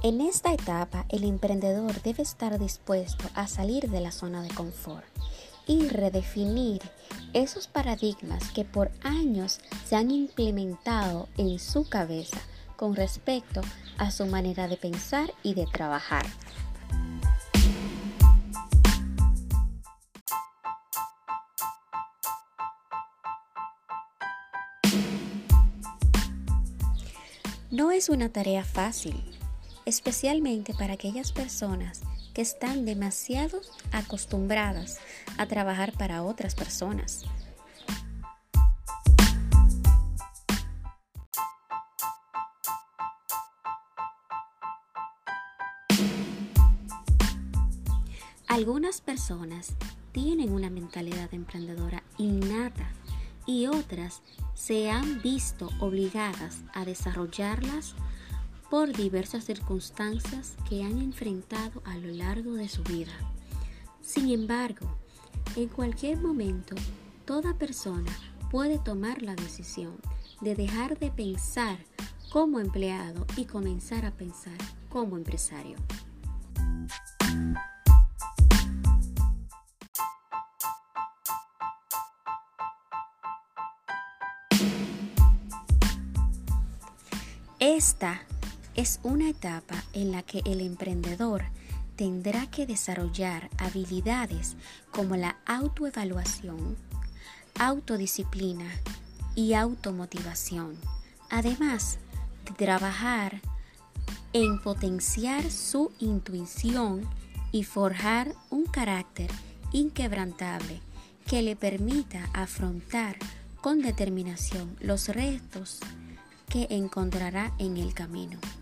En esta etapa, el emprendedor debe estar dispuesto a salir de la zona de confort y redefinir esos paradigmas que por años se han implementado en su cabeza con respecto a su manera de pensar y de trabajar. No es una tarea fácil, especialmente para aquellas personas que están demasiado acostumbradas a trabajar para otras personas. Algunas personas tienen una mentalidad emprendedora innata y otras se han visto obligadas a desarrollarlas por diversas circunstancias que han enfrentado a lo largo de su vida. Sin embargo, en cualquier momento, toda persona puede tomar la decisión de dejar de pensar como empleado y comenzar a pensar como empresario. Esta es una etapa en la que el emprendedor tendrá que desarrollar habilidades como la autoevaluación, autodisciplina y automotivación, además de trabajar en potenciar su intuición y forjar un carácter inquebrantable que le permita afrontar con determinación los retos que encontrará en el camino.